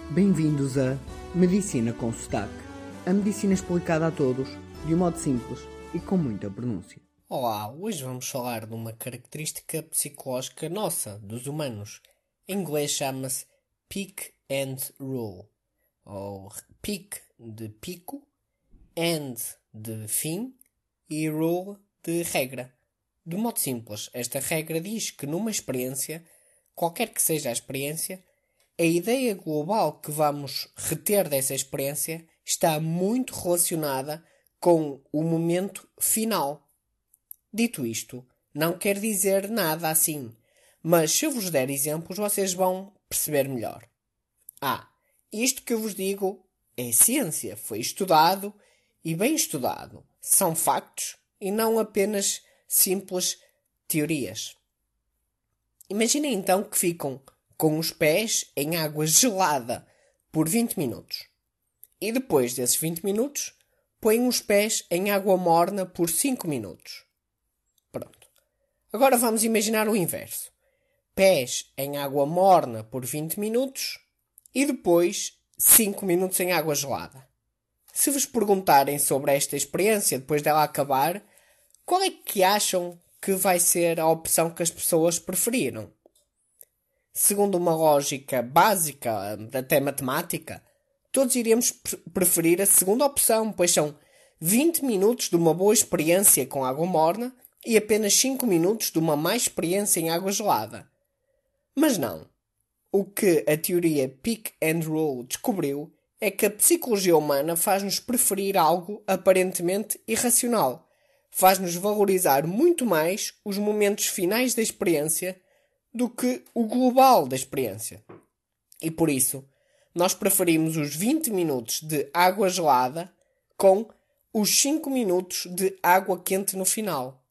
Bem-vindos a Medicina com Sotaque. A medicina explicada a todos, de um modo simples e com muita pronúncia. Olá, hoje vamos falar de uma característica psicológica nossa, dos humanos. Em inglês chama-se Pick and Rule, ou pick de pico, and de fim e rule de regra. De modo simples, esta regra diz que numa experiência, qualquer que seja a experiência, a ideia global que vamos reter dessa experiência está muito relacionada com o momento final. Dito isto, não quer dizer nada assim, mas se eu vos der exemplos, vocês vão perceber melhor. Isto que eu vos digo é ciência, foi estudado e bem estudado. São factos e não apenas simples teorias. Imaginem então que ficam com os pés em água gelada por 20 minutos. E depois desses 20 minutos, põem os pés em água morna por 5 minutos. Pronto. Agora vamos imaginar o inverso. Pés em água morna por 20 minutos e depois 5 minutos em água gelada. Se vos perguntarem sobre esta experiência depois dela acabar, qual é que acham que vai ser a opção que as pessoas preferiram? Segundo uma lógica básica, até matemática, todos iríamos preferir a segunda opção, pois são 20 minutos de uma boa experiência com água morna e apenas 5 minutos de uma má experiência em água gelada. Mas não. O que a teoria Pick and Rule descobriu é que a psicologia humana faz-nos preferir algo aparentemente irracional. Faz-nos valorizar muito mais os momentos finais da experiência do que o global da experiência. E por isso, nós preferimos os 20 minutos de água gelada com os 5 minutos de água quente no final.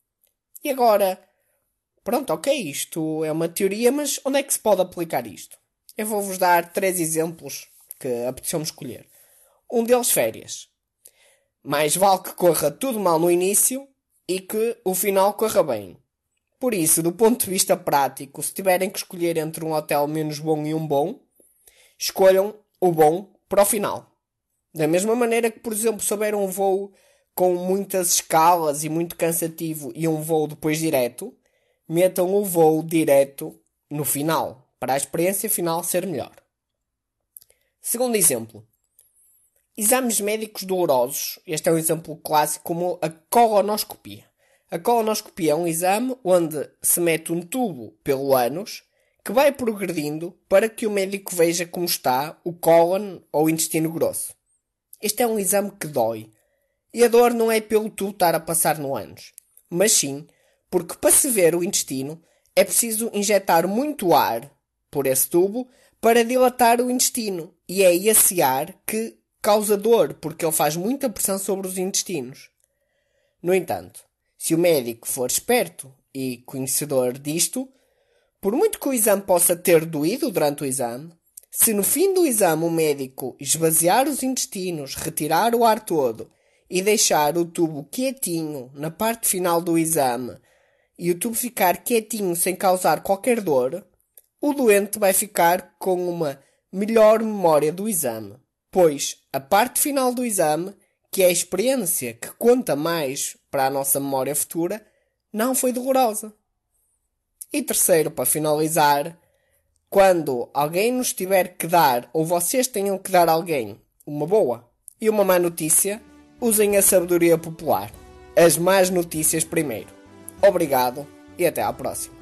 E agora, pronto, ok, isto é uma teoria, mas onde é que se pode aplicar isto? Eu vou-vos dar 3 exemplos que apeteceu-me escolher. Um deles, férias. Mais vale que corra tudo mal no início e que o final corra bem. Por isso, do ponto de vista prático, se tiverem que escolher entre um hotel menos bom e um bom, escolham o bom para o final. Da mesma maneira que, por exemplo, se houver um voo com muitas escalas e muito cansativo e um voo depois direto, metam o voo direto no final, para a experiência final ser melhor. Segundo exemplo. Exames médicos dolorosos. Este é um exemplo clássico como a colonoscopia. A colonoscopia é um exame onde se mete um tubo pelo ânus que vai progredindo para que o médico veja como está o cólon ou o intestino grosso. Este é um exame que dói. E a dor não é pelo tubo estar a passar no ânus, mas sim porque para se ver o intestino é preciso injetar muito ar por esse tubo para dilatar o intestino. E é esse ar que causa dor, porque ele faz muita pressão sobre os intestinos. No entanto, se o médico for esperto e conhecedor disto, por muito que o exame possa ter doído durante o exame, se no fim do exame o médico esvaziar os intestinos, retirar o ar todo e deixar o tubo quietinho na parte final do exame e o tubo ficar quietinho sem causar qualquer dor, o doente vai ficar com uma melhor memória do exame, pois a parte final do exame, que é a experiência que conta mais para a nossa memória futura, não foi dolorosa. E terceiro, para finalizar, quando alguém nos tiver que dar, ou vocês tenham que dar a alguém uma boa e uma má notícia, usem a sabedoria popular. As más notícias primeiro. Obrigado e até à próxima.